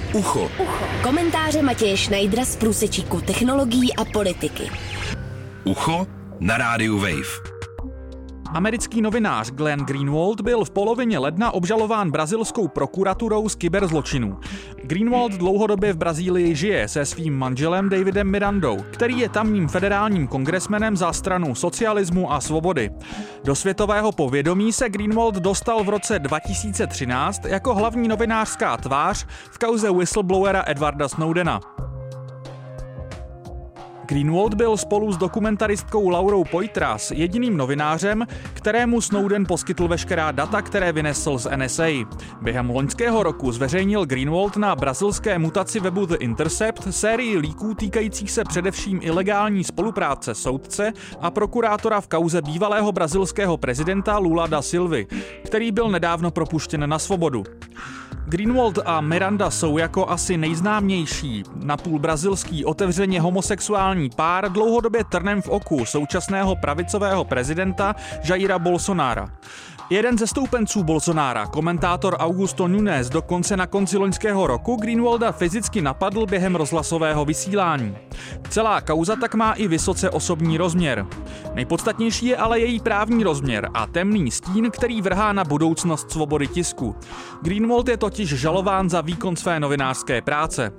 Ucho. Komentáře Matěje Schneidera z průsečíku technologií a politiky. Ucho na rádiu Wave. Americký novinář Glenn Greenwald byl v polovině ledna obžalován brazilskou prokuraturou z kyberzločinů. Greenwald dlouhodobě v Brazílii žije se svým manželem Davidem Mirandou, který je tamním federálním kongresmenem za stranu socialismu a svobody. Do světového povědomí se Greenwald dostal v roce 2013 jako hlavní novinářská tvář v kauze whistleblowera Edwarda Snowdena. Greenwald byl spolu s dokumentaristkou Laurou Poitras jediným novinářem, kterému Snowden poskytl veškerá data, které vynesl z NSA. Během loňského roku zveřejnil Greenwald na brazilské mutaci webu The Intercept sérii líků týkajících se především ilegální spolupráce soudce a prokurátora v kauze bývalého brazilského prezidenta Lula da Silvy, který byl nedávno propuštěn na svobodu. Greenwald a Miranda jsou jako asi nejznámější napůl brazilský otevřeně homosexuální pár dlouhodobě trnem v oku současného pravicového prezidenta Jaira Bolsonara. Jeden ze stoupenců Bolsonara, komentátor Augusto Nunes, dokonce na konci loňského roku Greenwalda fyzicky napadl během rozhlasového vysílání. Celá kauza tak má i vysoce osobní rozměr. Nejpodstatnější je ale její právní rozměr a temný stín, který vrhá na budoucnost svobody tisku. Greenwald je totiž žalován za výkon své novinářské práce.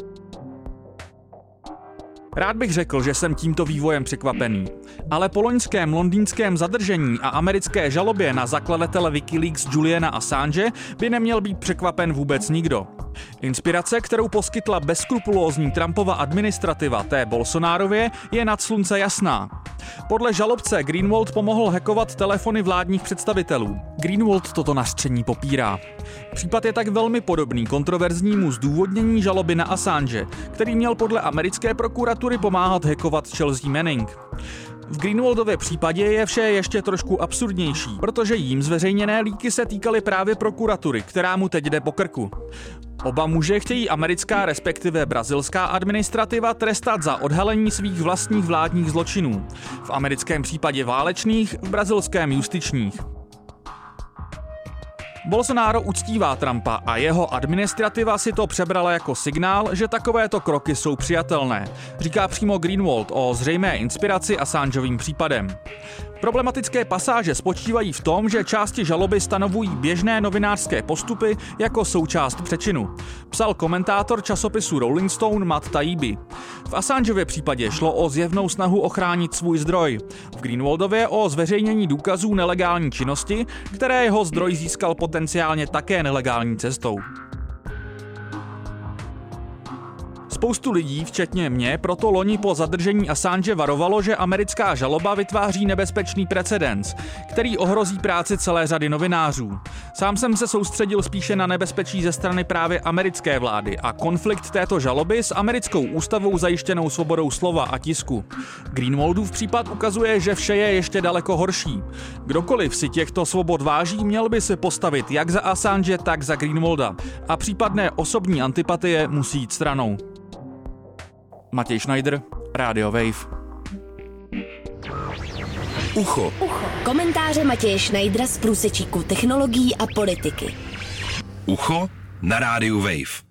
Rád bych řekl, že jsem tímto vývojem překvapený. Ale po loňském londýnském zadržení a americké žalobě na zakladatele Wikileaks Juliana Assange by neměl být překvapen vůbec nikdo. Inspirace, kterou poskytla bezskrupulózní Trumpova administrativa té Bolsonárově, je nad slunce jasná. Podle žalobce Greenwald pomohl hackovat telefony vládních představitelů. Greenwald toto nařčení popírá. Případ je tak velmi podobný kontroverznímu zdůvodnění žaloby na Assange, který měl podle americké prokuratury pomáhat hackovat Chelsea Manning. V Greenwaldově případě je vše ještě trošku absurdnější, protože jím zveřejněné líky se týkaly právě prokuratury, která mu teď jde po krku. Oba muže chtějí americká, respektive brazilská administrativa trestat za odhalení svých vlastních vládních zločinů. V americkém případě válečných, v brazilském justičních. Bolsonaro uctívá Trumpa a jeho administrativa si to přebrala jako signál, že takovéto kroky jsou přijatelné, říká přímo Greenwald o zřejmé inspiraci Assangeovým případem. Problematické pasáže spočívají v tom, že části žaloby stanovují běžné novinářské postupy jako součást přečinu, psal komentátor časopisu Rolling Stone Matt Taibbi. V Assangeově případě šlo o zjevnou snahu ochránit svůj zdroj, v Greenwaldově o zveřejnění důkazů nelegální činnosti, které jeho zdroj získal potenciálně také nelegální cestou. Spoustu lidí, včetně mě, proto loni po zadržení Assange varovalo, že americká žaloba vytváří nebezpečný precedens, který ohrozí práci celé řady novinářů. Sám jsem se soustředil spíše na nebezpečí ze strany právě americké vlády a konflikt této žaloby s americkou ústavou zajištěnou svobodou slova a tisku. Greenwaldův případ ukazuje, že vše je ještě daleko horší. Kdokoliv si těchto svobod váží, měl by se postavit jak za Assange, tak za Greenwalda a případné osobní antipatie musí jít stranou. Matěj Schneider, Radio Wave. Ucho. Komentáře Matěje Schneidera z průsečíku technologií a politiky. Ucho na rádiu Wave.